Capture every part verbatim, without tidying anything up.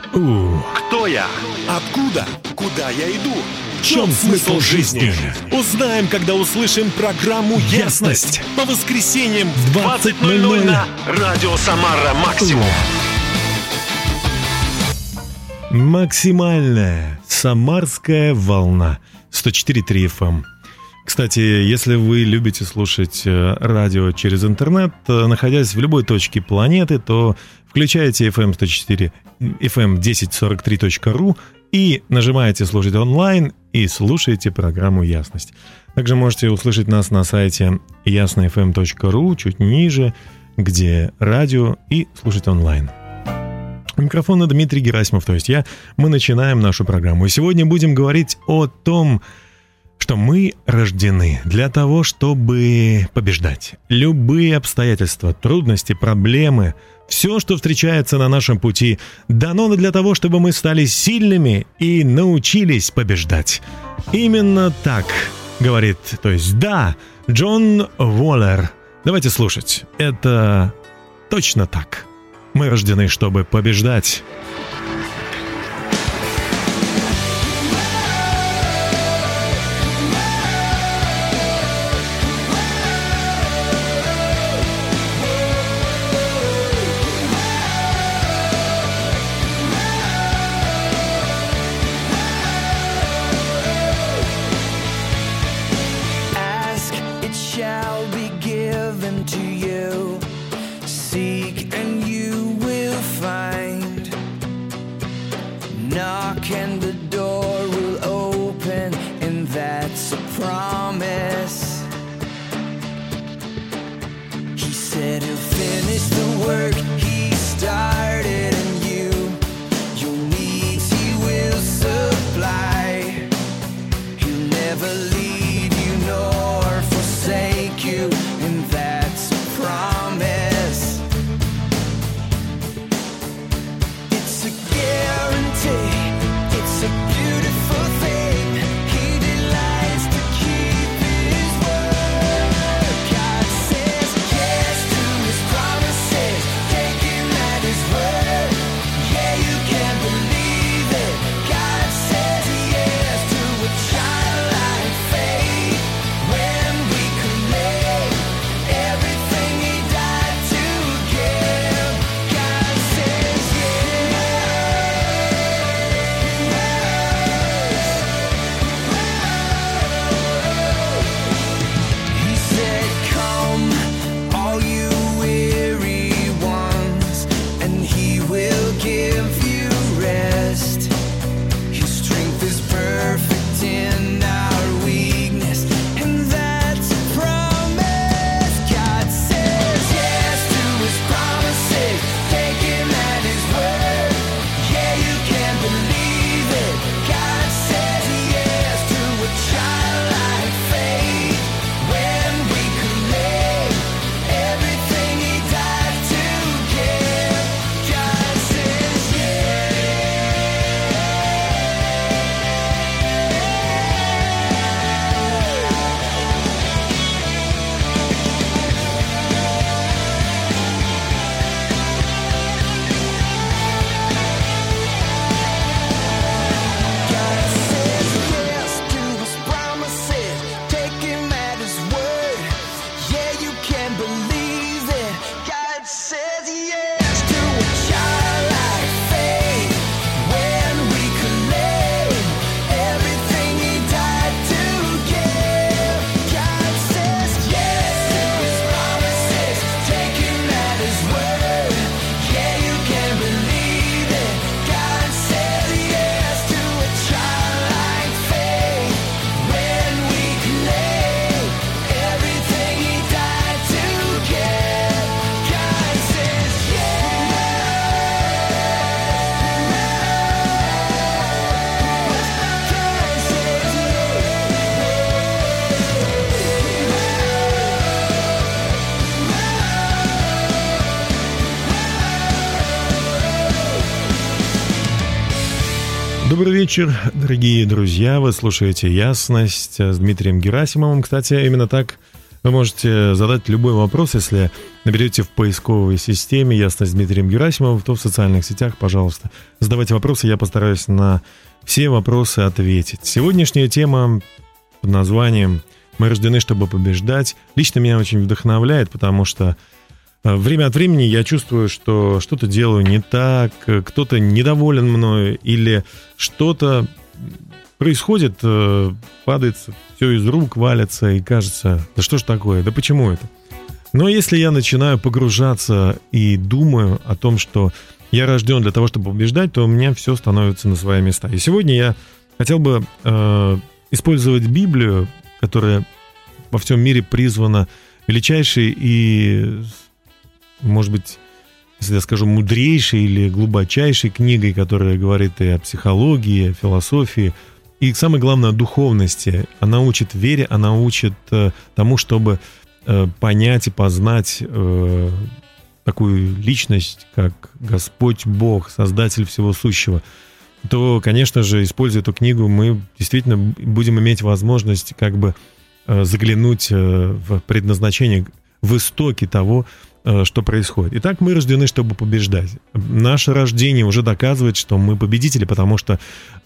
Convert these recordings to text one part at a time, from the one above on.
У. Кто я? Откуда? Куда я иду? В чем смысл жизни? Узнаем, когда услышим программу «Ясность» по воскресеньям в двадцать ноль ноль на Радио Самара Максимум. Максимальная самарская волна сто четыре и три эф эм. Кстати, если вы любите слушать радио через интернет, находясь в любой точке планеты, то включаете эф эм сто четыре, эф эм тысяча сорок три точка ру и нажимаете «Слушать онлайн» и слушаете программу «Ясность». Также можете услышать нас на сайте ясно эф эм точка ру, чуть ниже, где радио, и слушать онлайн. У микрофона Дмитрий Герасимов, то есть я. Мы начинаем нашу программу. И сегодня будем говорить о том, что мы рождены для того, чтобы побеждать. Любые обстоятельства, трудности, проблемы, все, что встречается на нашем пути, дано для того, чтобы мы стали сильными и научились побеждать. Именно так говорит, то есть да, Джон Уоллер. Давайте слушать. Это точно так. Мы рождены, чтобы побеждать. Добрый вечер, дорогие друзья. Вы слушаете «Ясность» с Дмитрием Герасимовым. Кстати, именно так Вы можете задать любой вопрос, если наберете в поисковой системе «Ясно с Дмитрием Герасимовым», то в социальных сетях, пожалуйста, задавайте вопросы, я постараюсь на все вопросы ответить. Сегодняшняя тема под названием «Мы рождены, чтобы побеждать» лично меня очень вдохновляет, потому что время от времени я чувствую, что что-то делаю не так, кто-то недоволен мною или что-то происходит, падает все из рук, валится и кажется, да что ж такое, да почему это? Но если я начинаю погружаться и думаю о том, что я рожден для того, чтобы побеждать, то у меня все становится на свои места. И сегодня я хотел бы э, использовать Библию, которая во всем мире призвана величайшей и, может быть, если я скажу, мудрейшей или глубочайшей книгой, которая говорит и о психологии, и о философии, и самое главное, о духовности. Она учит вере, она учит э, тому, чтобы э, понять и познать э, такую личность, как Господь Бог, Создатель всего сущего. То, конечно же, используя эту книгу, мы действительно будем иметь возможность как бы э, заглянуть э, в предназначение, в истоки того, что происходит. Итак, мы рождены, чтобы побеждать. Наше рождение уже доказывает, что мы победители, потому что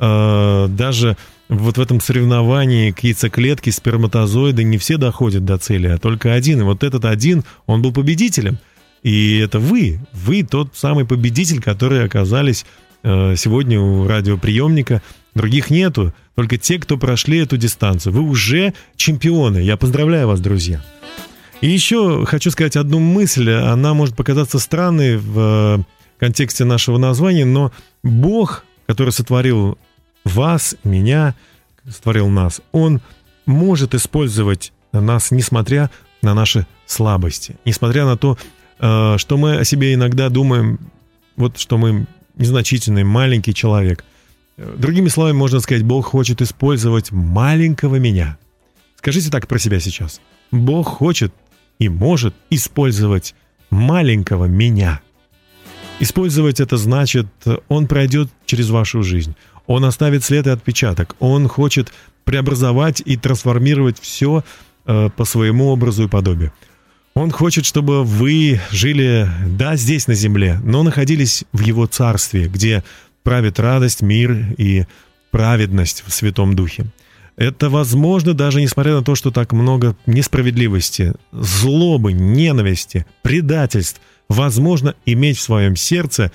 э, даже вот в этом соревновании к яйцеклетке сперматозоиды не все доходят до цели, а только один. И вот этот один, он был победителем. И это вы. Вы тот самый победитель, который оказались э, сегодня у радиоприемника. Других нету. Только те, кто прошли эту дистанцию. Вы уже чемпионы. Я поздравляю вас, друзья. И еще хочу сказать одну мысль, она может показаться странной в контексте нашего названия, но Бог, который сотворил вас, меня, сотворил нас, Он может использовать нас, несмотря на наши слабости, несмотря на то, что мы о себе иногда думаем, вот что мы незначительный, маленький человек. Другими словами, можно сказать, Бог хочет использовать маленького меня. Скажите так про себя сейчас. Бог хочет и может использовать маленького меня. Использовать это значит, Он пройдет через вашу жизнь, Он оставит след и отпечаток, Он хочет преобразовать и трансформировать все э, по своему образу и подобию. Он хочет, чтобы вы жили, да, здесь на земле, но находились в Его царстве, где правит радость, мир и праведность в Святом Духе. Это возможно даже несмотря на то, что так много несправедливости, злобы, ненависти, предательств. Возможно иметь в своем сердце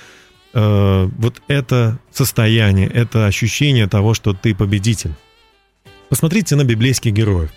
э, вот это состояние, это ощущение того, что ты победитель. Посмотрите на библейских героев.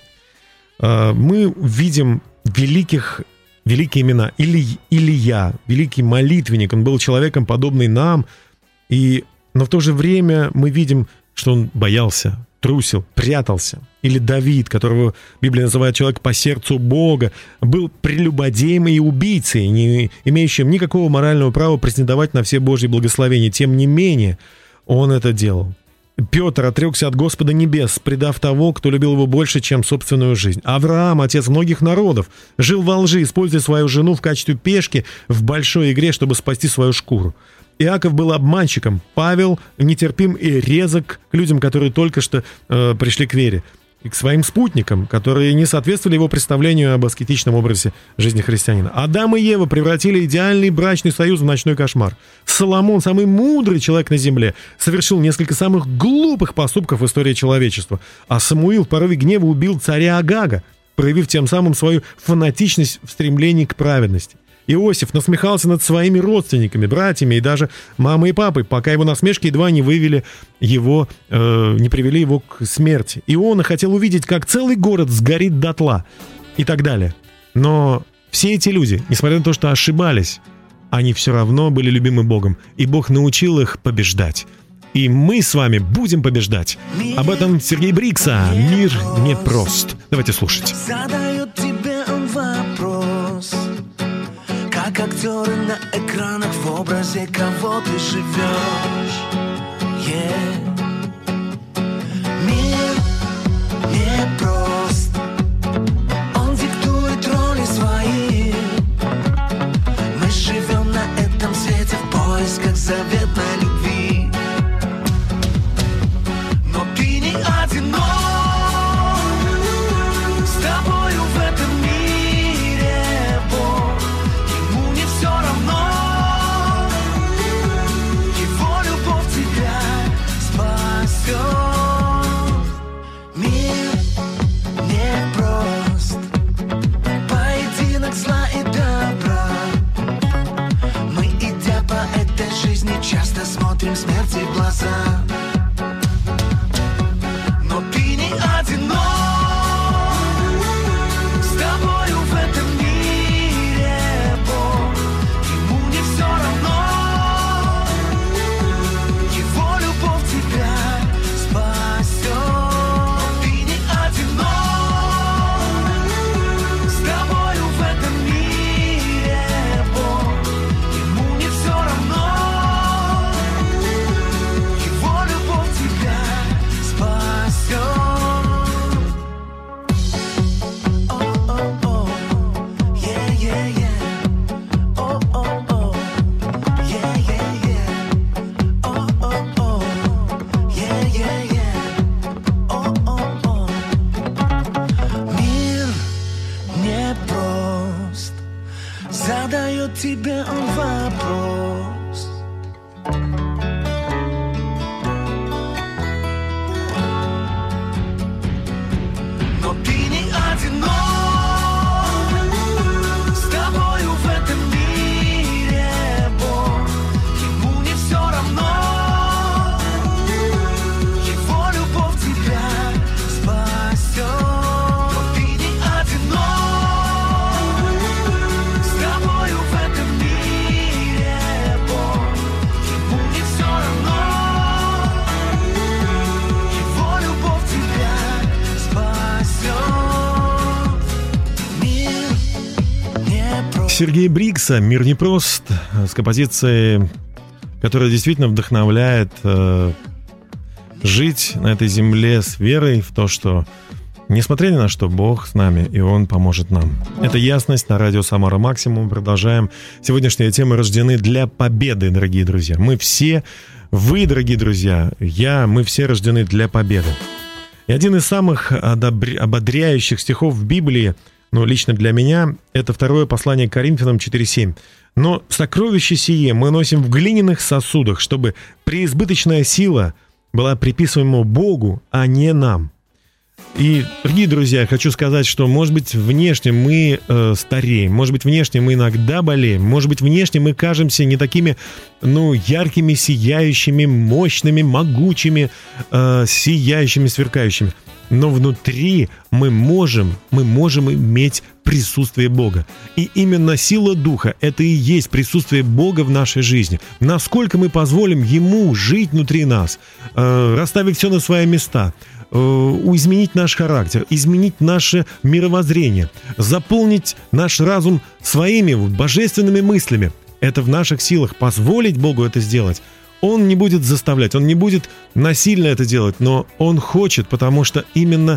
Э, мы видим великих, великие имена. Или, Илия, великий молитвенник, он был человеком, подобный нам, и, но в то же время мы видим, что он боялся, трусил, прятался. Или Давид, которого Библия называет человек по сердцу Бога, был прелюбодеем и убийцей, не имеющим никакого морального права претендовать на все Божьи благословения. Тем не менее, он это делал. Петр отрекся от Господа небес, предав того, кто любил его больше, чем собственную жизнь. Авраам, отец многих народов, жил во лжи, используя свою жену в качестве пешки в большой игре, чтобы спасти свою шкуру. Иаков был обманщиком, Павел нетерпим и резок к людям, которые только что э, пришли к вере, и к своим спутникам, которые не соответствовали его представлению об аскетичном образе жизни христианина. Адам и Ева превратили идеальный брачный союз в ночной кошмар. Соломон, самый мудрый человек на земле, совершил несколько самых глупых поступков в истории человечества, а Самуил в порыве гнева убил царя Агага, проявив тем самым свою фанатичность в стремлении к праведности. Иосиф насмехался над своими родственниками, братьями и даже мамой и папой, пока его насмешки едва не вывели его, э, не привели его к смерти. Иона хотел увидеть, как целый город сгорит дотла и так далее. Но все эти люди, несмотря на то, что ошибались, они все равно были любимы Богом, и Бог научил их побеждать. И мы с вами будем побеждать. Об этом Сергей Брикса. Мир не прост. Давайте слушать. Задает тебе он вопрос, как актеры на экранах, в образе кого ты живешь. Yeah. Мир не прост, он диктует роли свои. Мы живем на этом свете в поисках заветной любви. Не одинок, с тобою в этом мире. смотрим смерти в глаза. Но ты не одинок. С тобою в этом мире Бог. Ему не все равно. Его любовь тебя спасет. Ты не одинок. С тобою в этом мире Бог. Ему не все равно. Его любовь тебя спасет. О-о-о, е-е-е. О-о-о, е-е-е. О-о-о, е-е-е. О-о-о. Мир непрост. Задает тебе он вопрос. Но ты не одинок. С тобою в этом мире Бог. Ему не все равно. Его любовь тебя спасет. Но ты не одинок. С тобою в этом мире Бог. Ему не все равно. Его любовь тебя спасет. Мир непрост. Сергей Брикса «Мир непрост» с композицией, которая действительно вдохновляет э, жить на этой земле с верой в то, что несмотря ни на что, Бог с нами, и Он поможет нам. Это «Ясность» на радио «Самара Максимум». Продолжаем. Сегодняшние темы рождены для победы, дорогие друзья. Мы все, вы, дорогие друзья, я, мы все рождены для победы. И один из самых одобря- ободряющих стихов в Библии, ну, лично для меня, это второе послание к Коринфянам четыре семь. «Но сокровище сие мы носим в глиняных сосудах, чтобы преизбыточная сила была приписываема Богу, а не нам». И, дорогие друзья, хочу сказать, что, может быть, внешне мы э, стареем, может быть, внешне мы иногда болеем, может быть, внешне мы кажемся не такими, ну, яркими, сияющими, мощными, могучими, э, сияющими, сверкающими. Но внутри мы можем, мы можем иметь присутствие Бога. И именно сила Духа – это и есть присутствие Бога в нашей жизни. Насколько мы позволим Ему жить внутри нас, э, расставив все на свои места, э, изменить наш характер, изменить наше мировоззрение, заполнить наш разум своими божественными мыслями. Это в наших силах позволить Богу это сделать. Он не будет заставлять, Он не будет насильно это делать, но Он хочет, потому что именно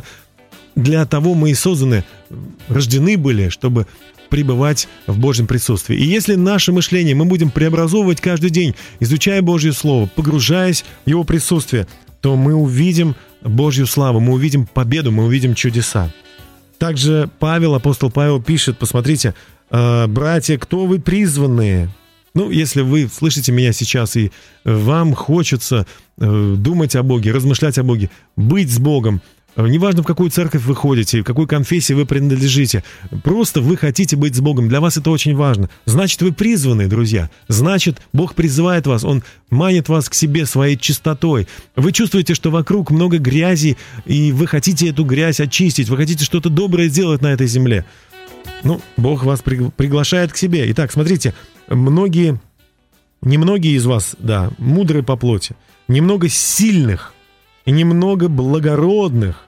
для того мы и созданы, рождены были, чтобы пребывать в Божьем присутствии. И если наше мышление мы будем преобразовывать каждый день, изучая Божье Слово, погружаясь в Его присутствие, то мы увидим Божью славу, мы увидим победу, мы увидим чудеса. Также Павел, апостол Павел пишет, посмотрите, «Братья, кто вы призванные?» Ну, если вы слышите меня сейчас, и вам хочется э, думать о Боге, размышлять о Боге, быть с Богом, э, неважно, в какую церковь вы ходите, в какой конфессии вы принадлежите, просто вы хотите быть с Богом, для вас это очень важно. Значит, вы призваны, друзья. Значит, Бог призывает вас, Он манит вас к себе своей чистотой. Вы чувствуете, что вокруг много грязи, и вы хотите эту грязь очистить, вы хотите что-то доброе сделать на этой земле. Ну, Бог вас при- приглашает к себе. Итак, смотрите, многие, немногие из вас, да, мудрые по плоти, немного сильных и немного благородных.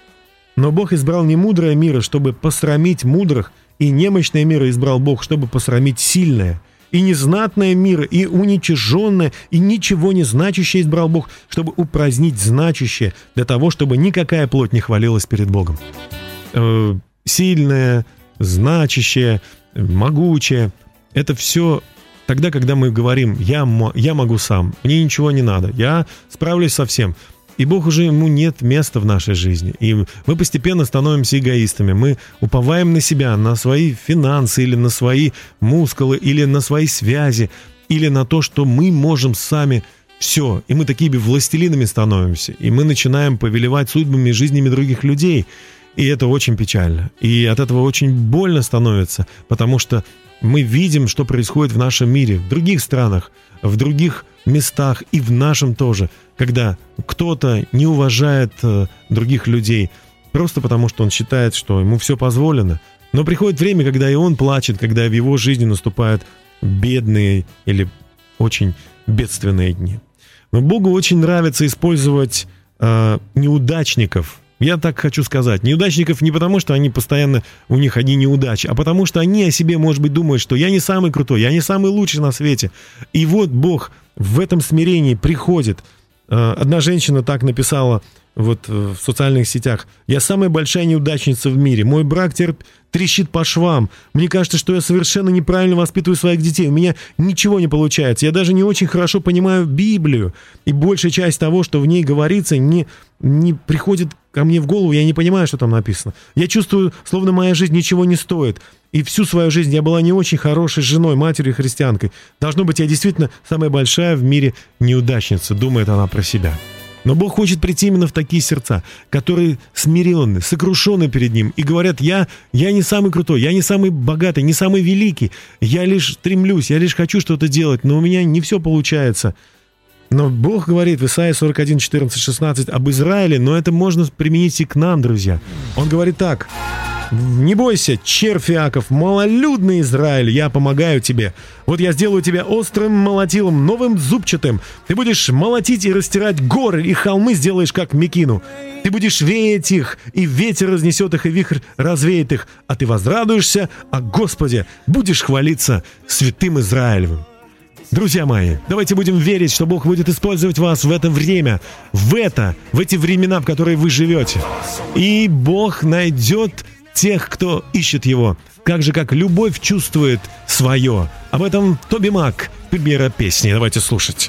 Но Бог избрал не мудрое мира, чтобы посрамить мудрых, и немощное мира избрал Бог, чтобы посрамить сильное. И незнатное мира, и уничиженное, и ничего не значащее избрал Бог, чтобы упразднить значащее, для того, чтобы никакая плоть не хвалилась перед Богом. Э, сильное, значащее, могучее – это все тогда, когда мы говорим «я, я могу сам, мне ничего не надо, я справлюсь со всем». И Бог уже, ему нет места в нашей жизни. И мы постепенно становимся эгоистами. Мы уповаем на себя, на свои финансы, или на свои мускулы, или на свои связи, или на то, что мы можем сами все. И мы такими властелинами становимся. И мы начинаем повелевать судьбами и жизнями других людей. И это очень печально. И от этого очень больно становится, потому что мы видим, что происходит в нашем мире, в других странах, в других местах и в нашем тоже, когда кто-то не уважает э, других людей, просто потому что он считает, что ему все позволено. Но приходит время, когда и он плачет, когда в его жизни наступают бедные или очень бедственные дни. Но Богу очень нравится использовать э, неудачников. Я так хочу сказать. Неудачников не потому, что они постоянно, у них одни неудачи, а потому что они о себе, может быть, думают, что я не самый крутой, я не самый лучший на свете. И вот Бог в этом смирении приходит. Одна женщина так написала вот в социальных сетях: «Я самая большая неудачница в мире. Мой брак терп... трещит по швам. Мне кажется, что я совершенно неправильно воспитываю своих детей. У меня ничего не получается. Я даже не очень хорошо понимаю Библию. И большая часть того, что в ней говорится, не, не приходит ко мне в голову. Я не понимаю, что там написано. Я чувствую, словно моя жизнь ничего не стоит. И всю свою жизнь я была не очень хорошей женой, матерью и христианкой. Должно быть, я действительно самая большая в мире неудачница», думает она про себя. Но Бог хочет прийти именно в такие сердца, которые смиренны, сокрушены перед Ним и говорят: я, я не самый крутой, я не самый богатый, не самый великий, я лишь стремлюсь, я лишь хочу что-то делать, но у меня не все получается. Но Бог говорит в Исайя сорок один, четырнадцать, шестнадцать об Израиле, но это можно применить и к нам, друзья. Он говорит так: «Не бойся, червь Иаков, малолюдный Израиль, я помогаю тебе. Вот я сделаю тебя острым молотилом, новым зубчатым. Ты будешь молотить и растирать горы, и холмы сделаешь, как мекину. Ты будешь веять их, и ветер разнесет их, и вихрь развеет их. А ты возрадуешься о Господе, будешь хвалиться святым Израилевым». Друзья мои, давайте будем верить, что Бог будет использовать вас в это время, в это, в эти времена, в которые вы живете. И Бог найдет тех, кто ищет Его, как же как любовь чувствует свое. Об этом Тоби Мак, премьера песни. Давайте слушать.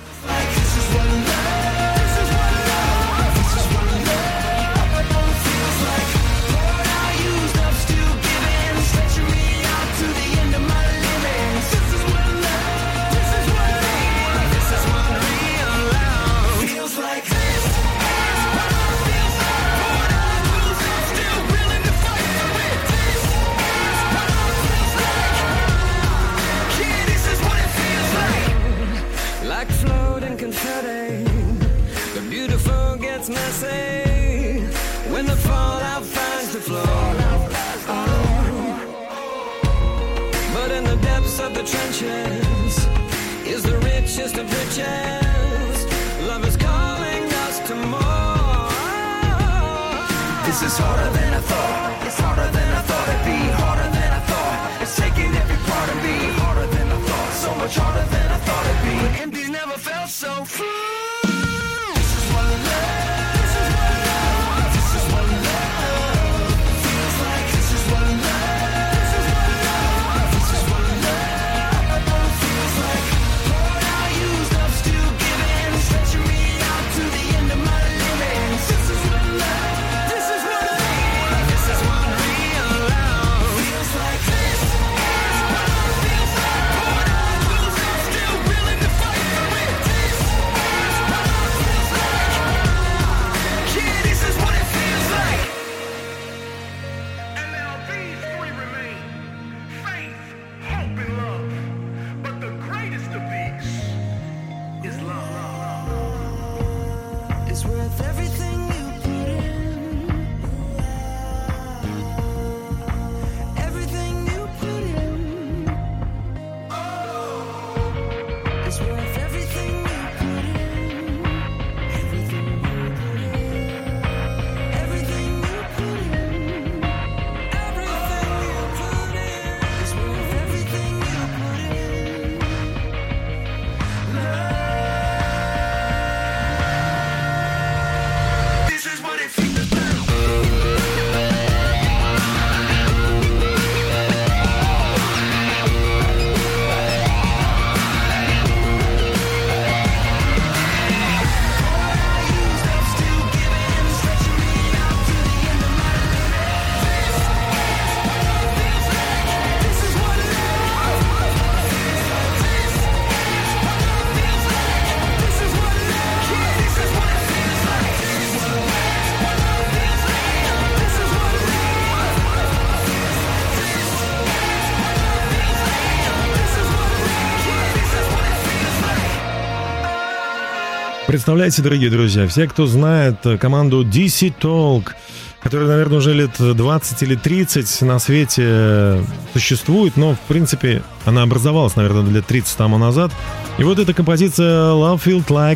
Представляете, дорогие друзья, все, кто знает команду ди си Talk, которая, наверное, уже лет двадцать или тридцать на свете существует, но, в принципе, она образовалась, наверное, лет тридцать тому назад. И вот эта композиция Love Feels Like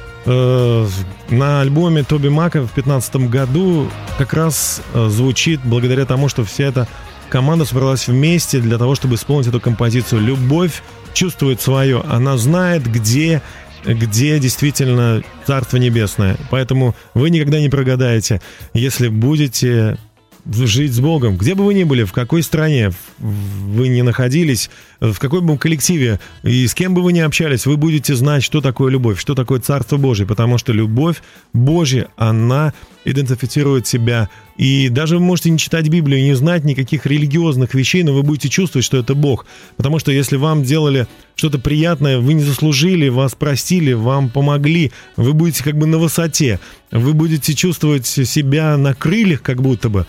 э, на альбоме Тоби Мака в две тысячи пятнадцатом году как раз э, звучит благодаря тому, что вся эта команда собралась вместе для того, чтобы исполнить эту композицию. Любовь чувствует свое, она знает, где... где действительно Царство Небесное. Поэтому вы никогда не прогадаете, если будете жить с Богом. Где бы вы ни были, в какой стране вы ни находились, в какой бы коллективе и с кем бы вы ни общались, вы будете знать, что такое любовь, что такое Царство Божие, потому что любовь Божья, она идентифицирует себя. И даже вы можете не читать Библию, не знать никаких религиозных вещей, но вы будете чувствовать, что это Бог. Потому что если вам делали что-то приятное, вы не заслужили, вас простили, вам помогли, вы будете как бы на высоте, вы будете чувствовать себя на крыльях как будто бы.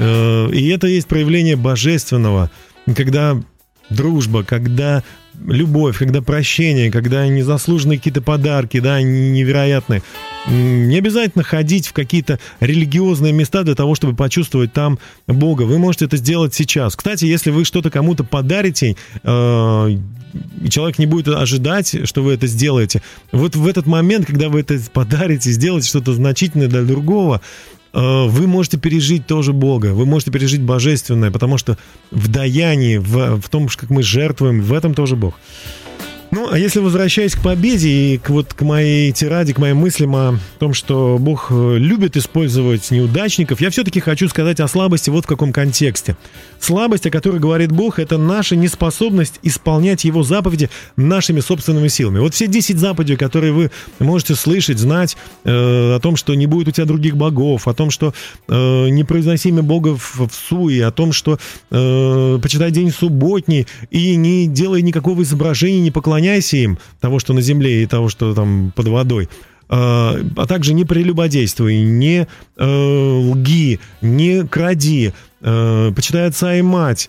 И это есть проявление божественного, когда дружба, когда любовь, когда прощение, когда незаслуженные какие-то подарки, да, невероятные. Не обязательно ходить в какие-то религиозные места для того, чтобы почувствовать там Бога. Вы можете это сделать сейчас. Кстати, если вы что-то кому-то подарите, э, и человек не будет ожидать, что вы это сделаете, вот в этот момент, когда вы это подарите, сделаете что-то значительное для другого, вы можете пережить тоже Бога, вы можете пережить Божественное, потому что в даянии, в, в том, как мы жертвуем, в этом тоже Бог. Ну, а если возвращаясь к победе и к, вот, к моей тираде, к моим мыслям о том, что Бог любит использовать неудачников, я все-таки хочу сказать о слабости вот в каком контексте. Слабость, о которой говорит Бог, это наша неспособность исполнять Его заповеди нашими собственными силами. Вот все десять заповедей, которые вы можете слышать, знать, э, о том, что не будет у тебя других богов, о том, что э, не произноси имя Бога в, в суе, о том, что э, почитай день субботний и не делай никакого изображения, не поклоняйся им, того, что на земле и того, что там под водой, а, а также не прелюбодействуй, не э, лги, не кради, э, почитай отца и мать,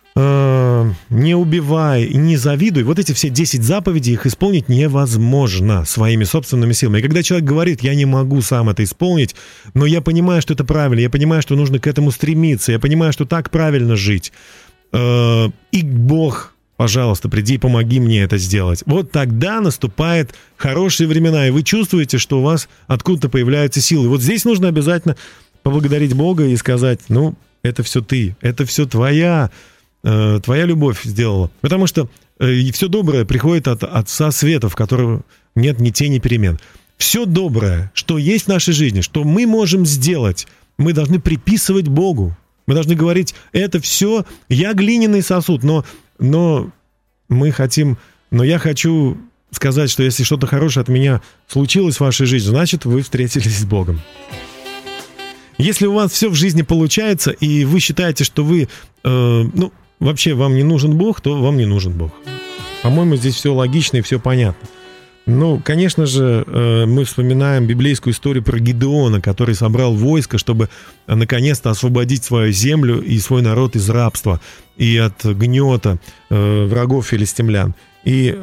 э, не убивай, не завидуй. Вот эти все десять заповедей, их исполнить невозможно своими собственными силами. И когда человек говорит, я не могу сам это исполнить, но я понимаю, что это правильно, я понимаю, что нужно к этому стремиться, я понимаю, что так правильно жить, э, и Бог... Пожалуйста, приди и помоги мне это сделать. Вот тогда наступают хорошие времена, и вы чувствуете, что у вас откуда-то появляются силы. Вот здесь нужно обязательно поблагодарить Бога и сказать, ну, это все ты, это все твоя, э, твоя любовь сделала. Потому что э, все доброе приходит от Отца Света, в котором нет ни тени перемен. Все доброе, что есть в нашей жизни, что мы можем сделать, мы должны приписывать Богу. Мы должны говорить, это все, я глиняный сосуд, но... Но мы хотим, но я хочу сказать, что если что-то хорошее от меня случилось в вашей жизни, значит, вы встретились с Богом. Если у вас все в жизни получается, и вы считаете, что вы, э, ну, вообще вам не нужен Бог, то вам не нужен Бог. По-моему, здесь все логично и все понятно. Ну, конечно же, мы вспоминаем библейскую историю про Гидеона, который собрал войско, чтобы наконец-то освободить свою землю и свой народ из рабства и от гнета врагов филистимлян. И,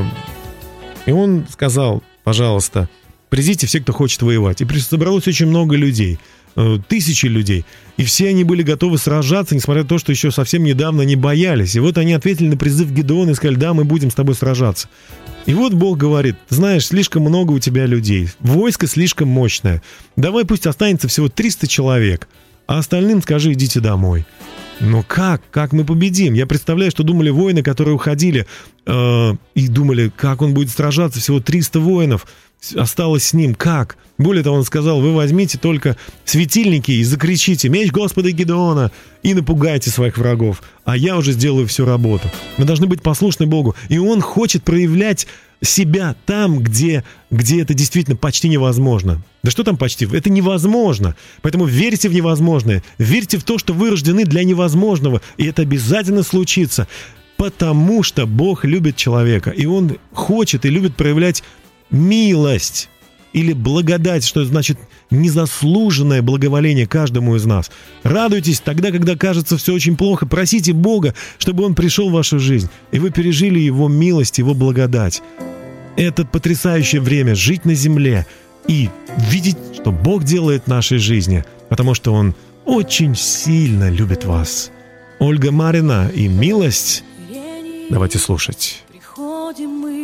и он сказал, пожалуйста, придите все, кто хочет воевать. И собралось очень много людей, тысячи людей. И все они были готовы сражаться, несмотря на то, что еще совсем недавно не боялись. И вот они ответили на призыв Гидеона и сказали, да, мы будем с тобой сражаться. И вот Бог говорит, знаешь, слишком много у тебя людей, войско слишком мощное, давай пусть останется всего триста человек, а остальным скажи, идите домой. Но как? Как мы победим? Я представляю, что думали воины, которые уходили, э, и думали, как он будет сражаться, всего триста воинов осталось с ним, как? Более того, он сказал, вы возьмите только светильники и закричите «Меч Господа Гидеона!» и напугайте своих врагов, а я уже сделаю всю работу. Мы должны быть послушны Богу, и Он хочет проявлять себя там, где, где это действительно почти невозможно. Да что там почти? Это невозможно. Поэтому верьте в невозможное, верьте в то, что вы рождены для невозможного, и это обязательно случится, потому что Бог любит человека, и Он хочет и любит проявлять милость или благодать, что значит незаслуженное благоволение каждому из нас. Радуйтесь тогда, когда кажется все очень плохо. Просите Бога, чтобы Он пришел в вашу жизнь, и вы пережили Его милость, Его благодать. это потрясающее время жить на земле и видеть, что Бог делает в нашей жизни, потому что Он очень сильно любит вас. Ольга Марина и «Милость». Давайте слушать. Приходим мы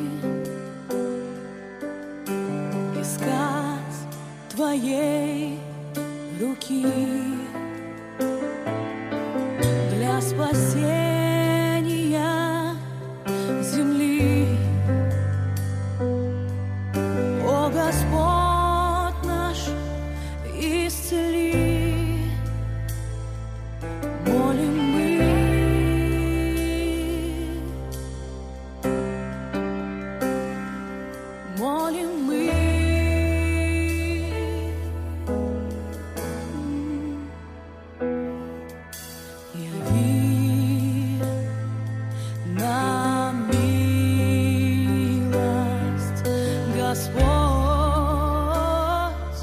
искать Твоей руки для спасения земли. О Господь наш, исцели, молим мы. Молим мы. Яви нам милость, Господь,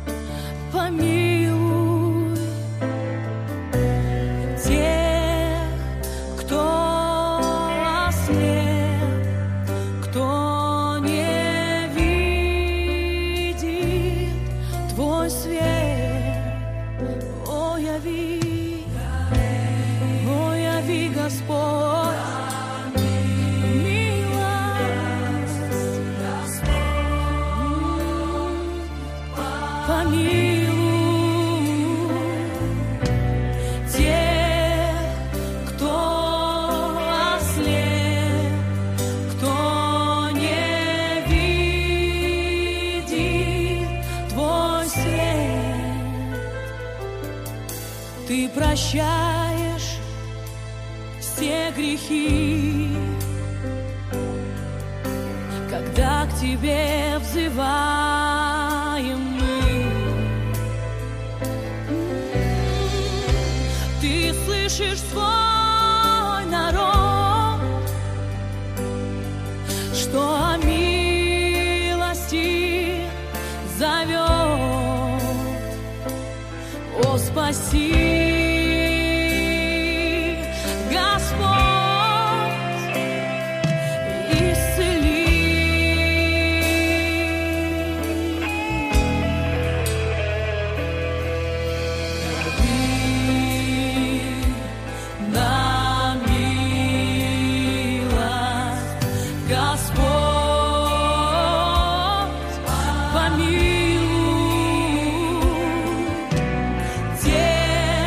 помилуй тех, кто ослеп, кто не видит Твой свет. О, яви, о, яви, Господь, милость, помилуй тех, кто ослеп, кто не видит Твой свет. Ты прощаешь все грехи, когда к Тебе взываем мы. Ты слышишь свой народ, что о милости зовет. О, спаси, Господь, исцели. Яви нам милость, Господь, помилуй тех,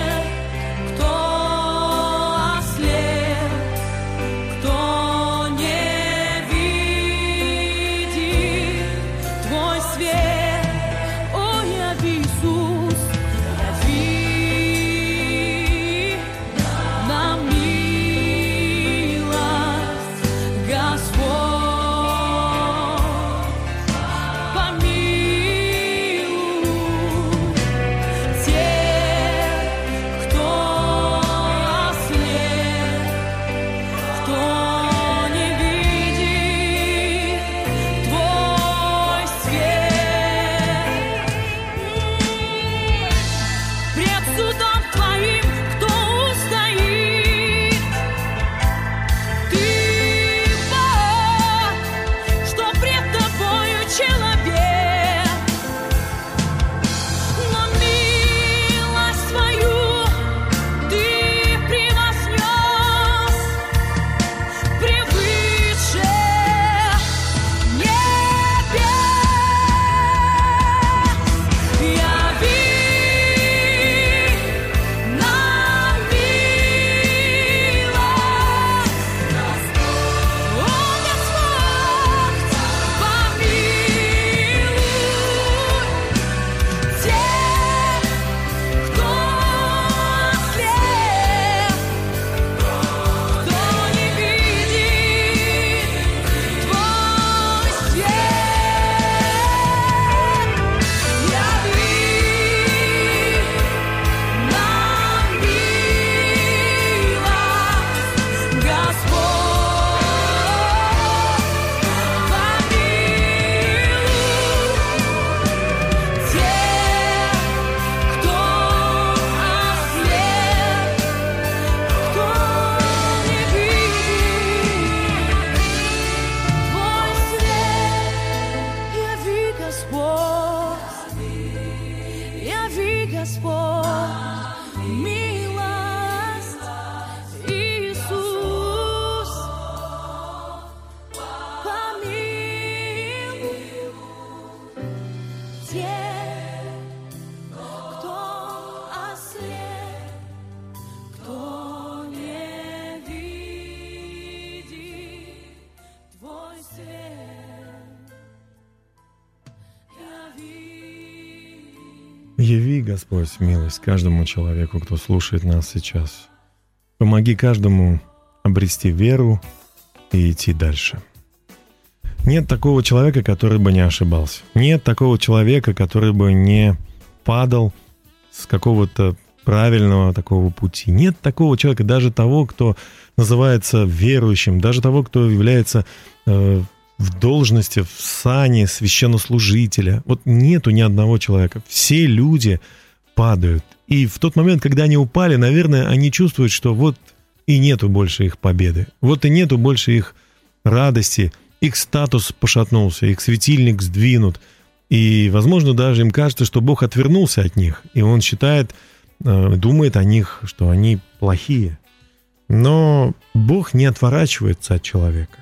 Господь, милость каждому человеку, кто слушает нас сейчас. Помоги каждому обрести веру и идти дальше. Нет такого человека, который бы не ошибался. Нет такого человека, который бы не падал с какого-то правильного такого пути. Нет такого человека, даже того, кто называется верующим, даже того, кто является э, в должности, в сане священнослужителя. Вот нету ни одного человека. Все люди падают. И в тот момент, когда они упали, наверное, они чувствуют, что вот и нету больше их победы. Вот и нету больше их радости. Их статус пошатнулся, их светильник сдвинут. И, возможно, даже им кажется, что Бог отвернулся от них. И Он считает, думает о них, что они плохие. Но Бог не отворачивается от человека.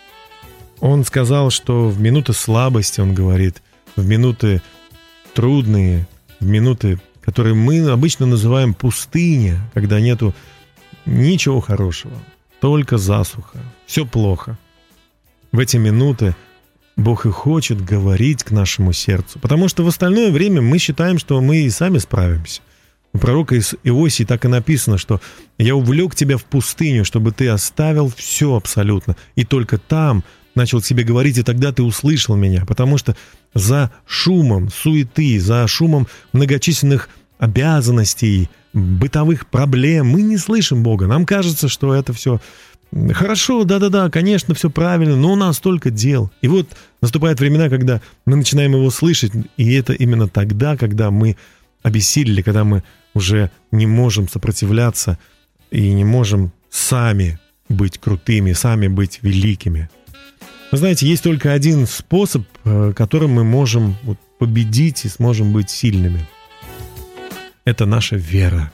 Он сказал, что в минуты слабости, Он говорит, в минуты трудные, в минуты, которые мы обычно называем пустыня, когда нету ничего хорошего, только засуха, все плохо. В эти минуты Бог и хочет говорить к нашему сердцу, потому что в остальное время мы считаем, что мы и сами справимся. У пророка Иосии так и написано, что «Я увлек тебя в пустыню, чтобы ты оставил все абсолютно, и только там начал тебе говорить, и тогда ты услышал меня», потому что за шумом суеты, за шумом многочисленных обязанностей, бытовых проблем мы не слышим Бога. Нам кажется, что это все хорошо, да-да-да, конечно, все правильно, но у нас столько дел. И вот наступают времена, когда мы начинаем Его слышать, и это именно тогда, когда мы обессилели, когда мы уже не можем сопротивляться и не можем сами быть крутыми, сами быть великими. Вы знаете, есть только один способ, которым мы можем вот победить и сможем быть сильными. Это наша вера.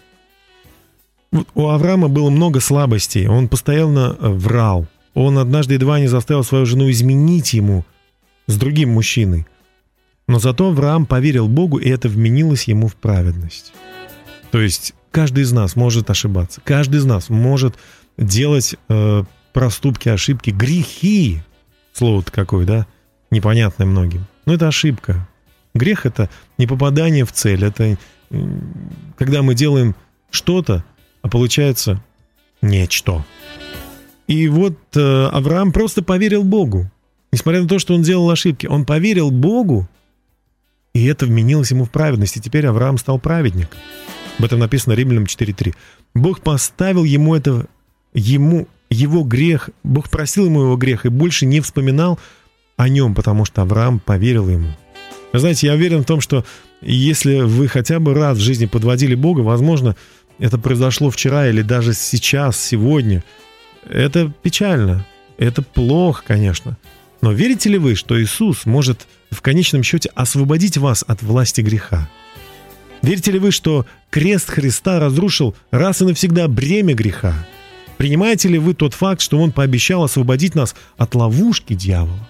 У Авраама было много слабостей, он постоянно врал. Он однажды едва не заставил свою жену изменить ему с другим мужчиной. Но зато Авраам поверил Богу, и это вменилось ему в праведность. То есть каждый из нас может ошибаться, каждый из нас может делать э, проступки, ошибки, грехи. Слово-то какое, да? Непонятное многим. Но это ошибка. Грех — это не попадание в цель, это э, когда мы делаем что-то, а получается нечто. И вот э, Авраам просто поверил Богу. Несмотря на то, что он делал ошибки, он поверил Богу, и это вменилось ему в праведность. И теперь Авраам стал праведник. Об этом написано Римлянам четыре три. Бог поставил ему это, ему, его грех, Бог простил ему его грех и больше не вспоминал о нем, потому что Авраам поверил ему. Вы знаете, я уверен в том, что если вы хотя бы раз в жизни подводили Бога, возможно, это произошло вчера или даже сейчас, сегодня. Это печально, это плохо, конечно. Но верите ли вы, что Иисус может в конечном счете освободить вас от власти греха? Верите ли вы, что крест Христа разрушил раз и навсегда бремя греха? Принимаете ли вы тот факт, что Он пообещал освободить нас от ловушки дьявола?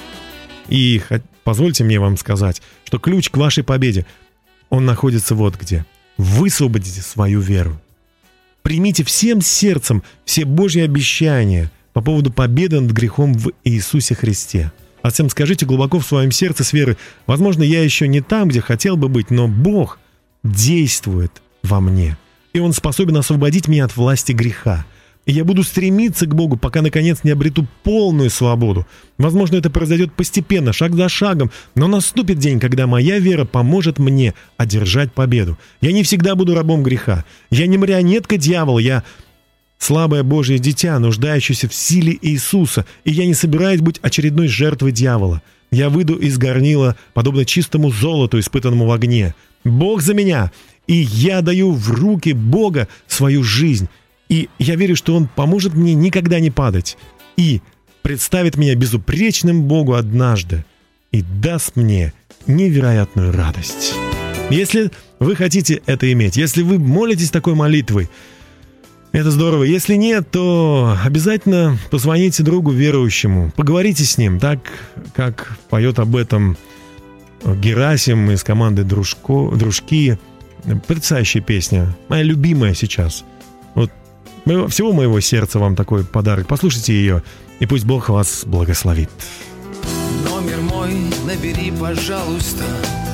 И позвольте мне вам сказать, что ключ к вашей победе, он находится вот где. Высвободите свою веру. Примите всем сердцем все Божьи обещания по поводу победы над грехом в Иисусе Христе. А затем скажите глубоко в своем сердце с верой: возможно, я еще не там, где хотел бы быть, но Бог действует во мне, и Он способен освободить меня от власти греха. И я буду стремиться к Богу, пока, наконец, не обрету полную свободу. Возможно, это произойдет постепенно, шаг за шагом, но наступит день, когда моя вера поможет мне одержать победу. Я не всегда буду рабом греха. Я не марионетка дьявола, я слабое Божье дитя, нуждающееся в силе Иисуса, и я не собираюсь быть очередной жертвой дьявола. Я выйду из горнила, подобно чистому золоту, испытанному в огне. Бог за меня, и я даю в руки Бога свою жизнь. И я верю, что Он поможет мне никогда не падать и представит меня безупречным Богу однажды и даст мне невероятную радость. Если вы хотите это иметь, если вы молитесь такой молитвой, это здорово. Если нет, то обязательно позвоните другу верующему, поговорите с ним, так как поет об этом Герасим из команды «Дружко», «Дружки». Потрясающая песня, моя любимая сейчас. Вот всего моего сердца вам такой подарок. Послушайте ее, и пусть Бог вас благословит. Номер мой набери, пожалуйста.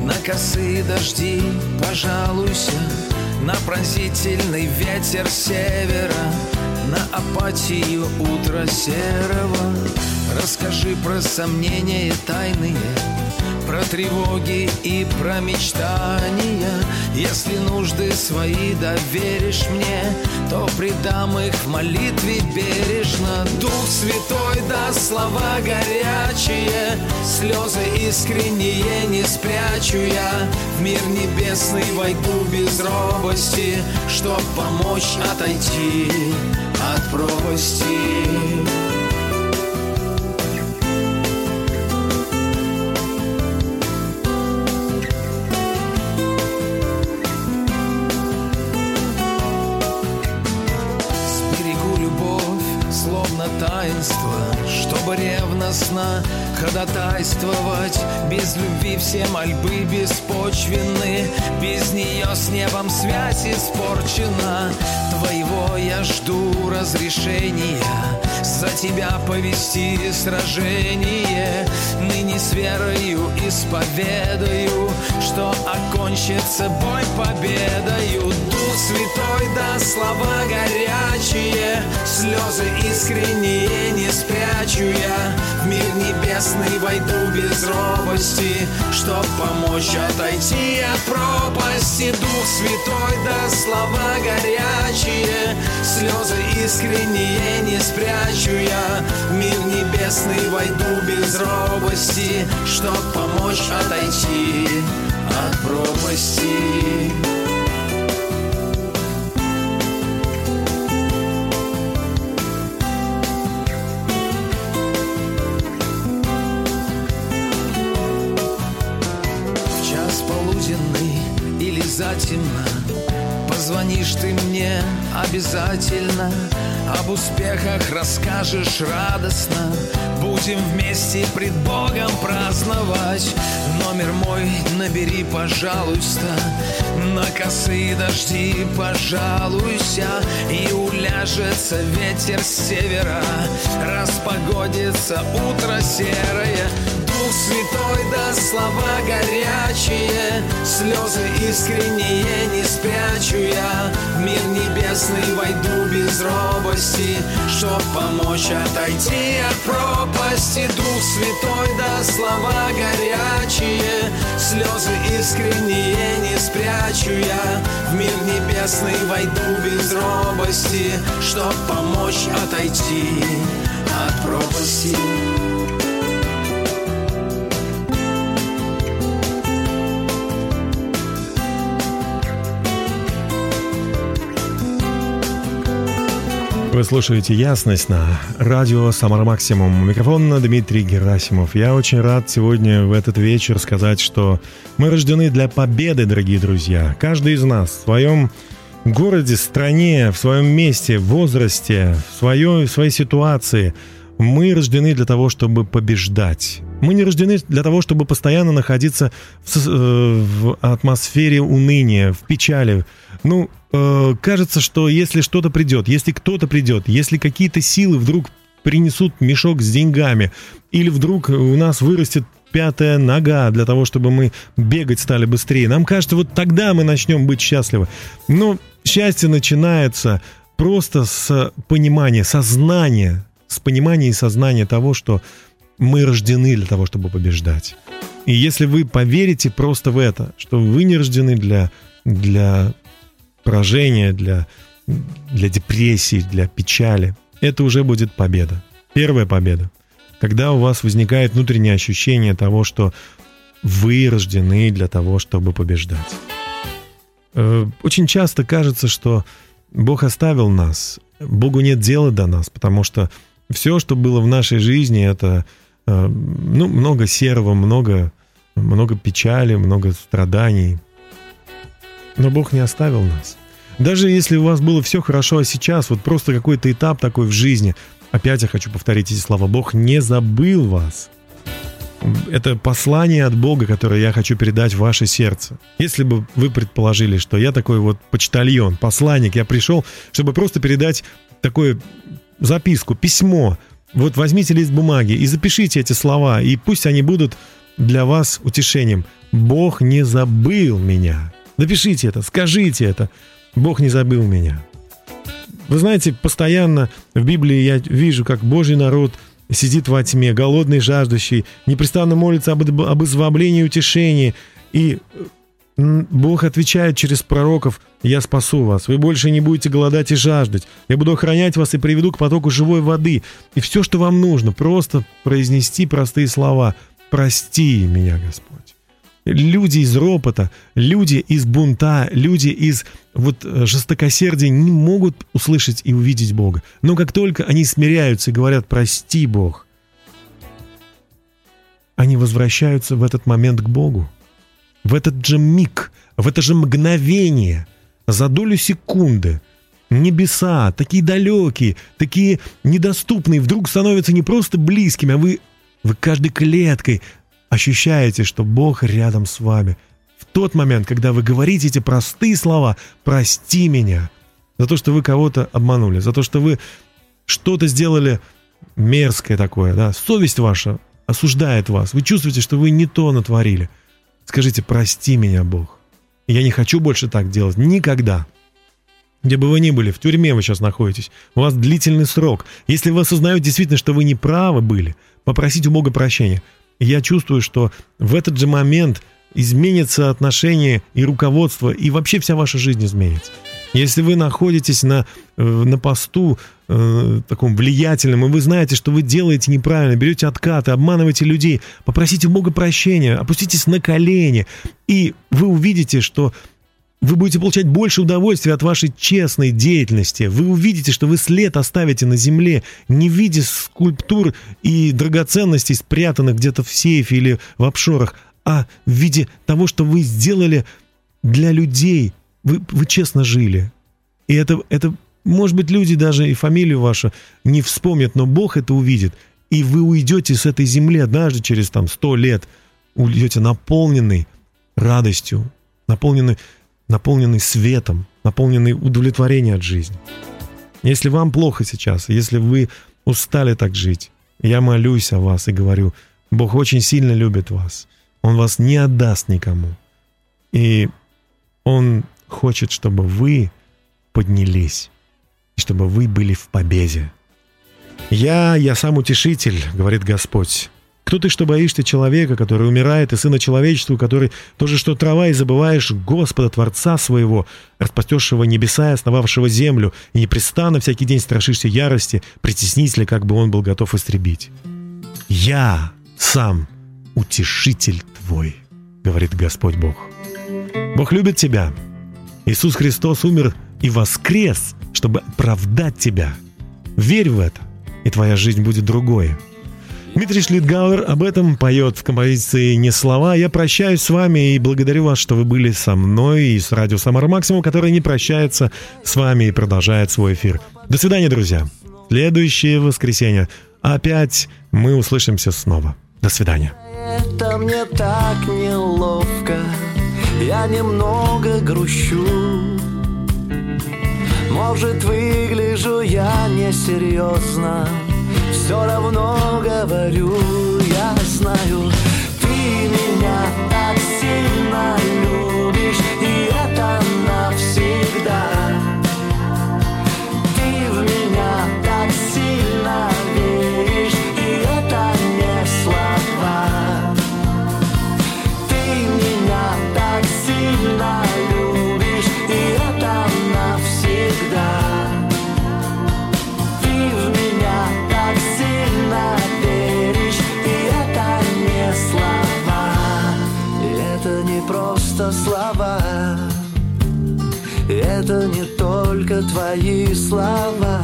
На косые дожди пожалуйся, на пронзительный ветер севера, на апатию утра серого. Расскажи про сомнения тайные, про тревоги и про мечтания. Если нужды свои доверишь мне, то предам их в молитве бережно. Дух Святой даст слова горячие, слезы искренние не спрячу я. В мир небесный войду без робости, чтоб помочь отойти от пропасти. Таинство, чтобы ревностно ходатайствовать. Без любви все мольбы беспочвенны, без нее с небом связь испорчена. Твоего я жду разрешения за тебя повести сражение. Ныне с верою исповедаю, что окончится бой победою. Дух Святой даст слова горячие, слезы искренние не спрячу я. В мир небесный войду без робости, чтоб помочь отойти от пропасти. Дух Святой даст слова горячие, слезы искренние не спрячу я. В мир небесный войду без робости, чтоб помочь отойти от пропасти. Или затемно позвонишь ты мне обязательно, об успехах расскажешь радостно. Будем вместе пред Богом праздновать. Номер мой набери, пожалуйста, на косые дожди пожалуйся. И уляжется ветер с севера, распогодится утро серое. Дух Святой даст слова горячие, слезы искренние не спрячу я. В мир небесный войду без робости, чтоб помочь отойти от пропасти. Дух Святой даст слова горячие, слезы искренние не спрячу я. В мир небесный войду без робости, чтоб помочь отойти от пропасти. Вы слушаете «Ясность» на радио «Самара Максимум». У микрофона Дмитрий Герасимов. Я очень рад сегодня в этот вечер сказать, что мы рождены для победы, дорогие друзья. Каждый из нас в своем городе, стране, в своем месте, возрасте, в своей, в своей ситуации. Мы рождены для того, чтобы побеждать. Мы не рождены для того, чтобы постоянно находиться в, в атмосфере уныния, в печали. Ну, э, кажется, что если что-то придет, если кто-то придет, если какие-то силы вдруг принесут мешок с деньгами, или вдруг у нас вырастет пятая нога для того, чтобы мы бегать стали быстрее, нам кажется, вот тогда мы начнем быть счастливы. Но счастье начинается просто с понимания, сознания, с понимания и сознания того, что мы рождены для того, чтобы побеждать. И если вы поверите просто в это, что вы не рождены для, для поражения, для, для депрессии, для печали, это уже будет победа. Первая победа. Когда у вас возникает внутреннее ощущение того, что вы рождены для того, чтобы побеждать. Очень часто кажется, что Бог оставил нас, Богу нет дела до нас, потому что все, что было в нашей жизни, это ну, много серого, много, много печали, много страданий. Но Бог не оставил нас. Даже если у вас было все хорошо, а сейчас вот просто какой-то этап такой в жизни, опять я хочу повторить эти слова, Бог не забыл вас. Это послание от Бога, которое я хочу передать в ваше сердце. Если бы вы предположили, что я такой вот почтальон, посланник, я пришел, чтобы просто передать такую записку, письмо, вот возьмите лист бумаги и запишите эти слова, и пусть они будут для вас утешением. Бог не забыл меня. Напишите это, скажите это. Бог не забыл меня. Вы знаете, постоянно в Библии я вижу, как Божий народ сидит во тьме, голодный, жаждущий, непрестанно молится об, об избавлении и утешении. И Бог отвечает через пророков: «Я спасу вас, вы больше не будете голодать и жаждать, я буду охранять вас и приведу к потоку живой воды». И все, что вам нужно, просто произнести простые слова: «Прости меня, Господь». Люди из ропота, люди из бунта, люди из вот жестокосердия не могут услышать и увидеть Бога. Но как только они смиряются и говорят: «Прости, Бог», они возвращаются в этот момент к Богу. В этот же миг, в это же мгновение, за долю секунды, небеса, такие далекие, такие недоступные, вдруг становятся не просто близкими, а вы, вы каждой клеткой ощущаете, что Бог рядом с вами. В тот момент, когда вы говорите эти простые слова: «Прости меня», за то, что вы кого-то обманули, за то, что вы что-то сделали мерзкое такое, да, совесть ваша осуждает вас, вы чувствуете, что вы не то натворили. Скажите: «Прости меня, Бог. Я не хочу больше так делать. Никогда». Где бы вы ни были, в тюрьме вы сейчас находитесь, у вас длительный срок. Если вы осознаете действительно, что вы неправы были, попросите у Бога прощения. Я чувствую, что в этот же момент изменится отношение и руководство, и вообще вся ваша жизнь изменится. Если вы находитесь на, на посту э, таком влиятельном, и вы знаете, что вы делаете неправильно, берете откаты, обманываете людей, попросите у Бога прощения, опуститесь на колени, и вы увидите, что вы будете получать больше удовольствия от вашей честной деятельности. Вы увидите, что вы след оставите на земле, не в виде скульптур и драгоценностей, спрятанных где-то в сейфе или в офшорах, а в виде того, что вы сделали для людей. Вы, вы честно жили. И это, это, может быть, люди даже и фамилию вашу не вспомнят, но Бог это увидит. И вы уйдете с этой земли однажды через там сто лет, уйдете наполненный радостью, наполненный, наполненный светом, наполненный удовлетворением от жизни. Если вам плохо сейчас, если вы устали так жить, я молюсь о вас и говорю: Бог очень сильно любит вас. Он вас не отдаст никому. И Он хочет, чтобы вы поднялись, и чтобы вы были в победе. «Я, я сам утешитель, — говорит Господь. Кто ты, что боишься человека, который умирает, и сына человечеству, который тоже что трава, и забываешь Господа, Творца своего, распостесшего небеса и основавшего землю, и непрестанно всякий день страшишься ярости, притеснителя, как бы он был готов истребить? Я сам утешитель твой, — говорит Господь Бог». Бог любит тебя. Иисус Христос умер и воскрес, чтобы оправдать тебя. Верь в это, и твоя жизнь будет другой. Дмитрий Шлитгауэр об этом поет в композиции «Не слова». Я прощаюсь с вами и благодарю вас, что вы были со мной и с радио «Самара Максимум», которое не прощается с вами и продолжает свой эфир. До свидания, друзья. Следующее воскресенье опять мы услышимся снова. До свидания. Это мне так неловко, я немного грущу. Может, выгляжу я несерьезно, все равно говорю, я знаю, ты меня так сильно любишь, и это навсегда. Ты в меня так сильно веришь, и это не слова. Ты меня так сильно любишь, и это навсегда. Ты в меня так сильно веришь, и это не слова. Это не просто слова, это не только твои слова.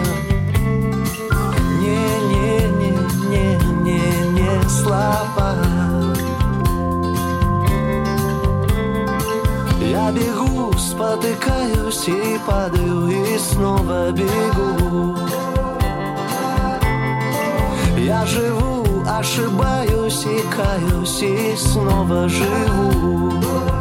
Не-не-не-не-не слова. Я бегу, спотыкаюсь и падаю, и снова бегу. Я живу, ошибаюсь и каюсь, и снова живу.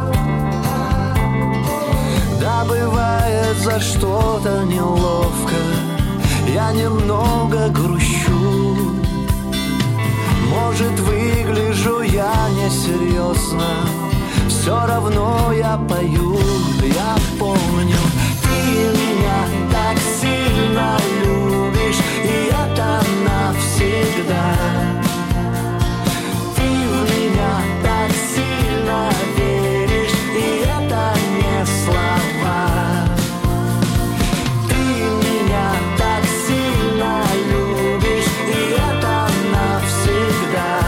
Да, бывает за что-то неловко, я немного грущу. Может, выгляжу я серьезно, все равно я пою, я помню. Ты меня так сильно любишь, и это навсегда. Ты в меня так сильно веришь, и это не слова. Ты меня так сильно любишь, и это навсегда.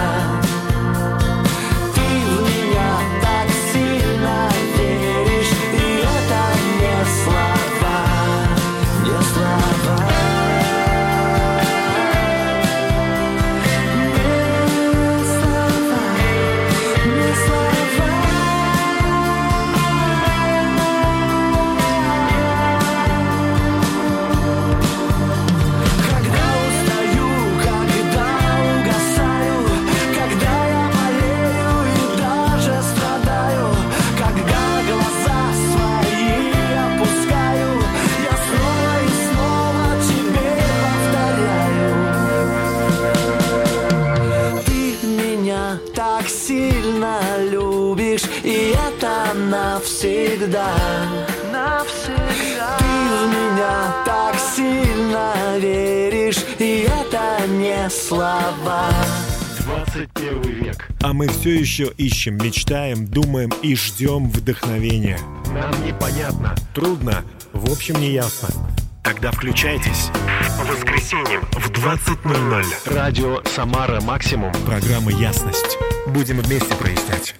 Ты в меня так сильно веришь, и это не слова, не слова. Навсегда, навсегда. Ты в меня так сильно веришь, и это не слова. двадцать первый век. А мы все еще ищем, мечтаем, думаем и ждем вдохновения. Нам непонятно. Трудно, в общем, не ясно. Тогда включайтесь. По воскресеньям в двадцать ноль ноль. Радио «Самара Максимум». Программа «Ясность». Будем вместе прояснять.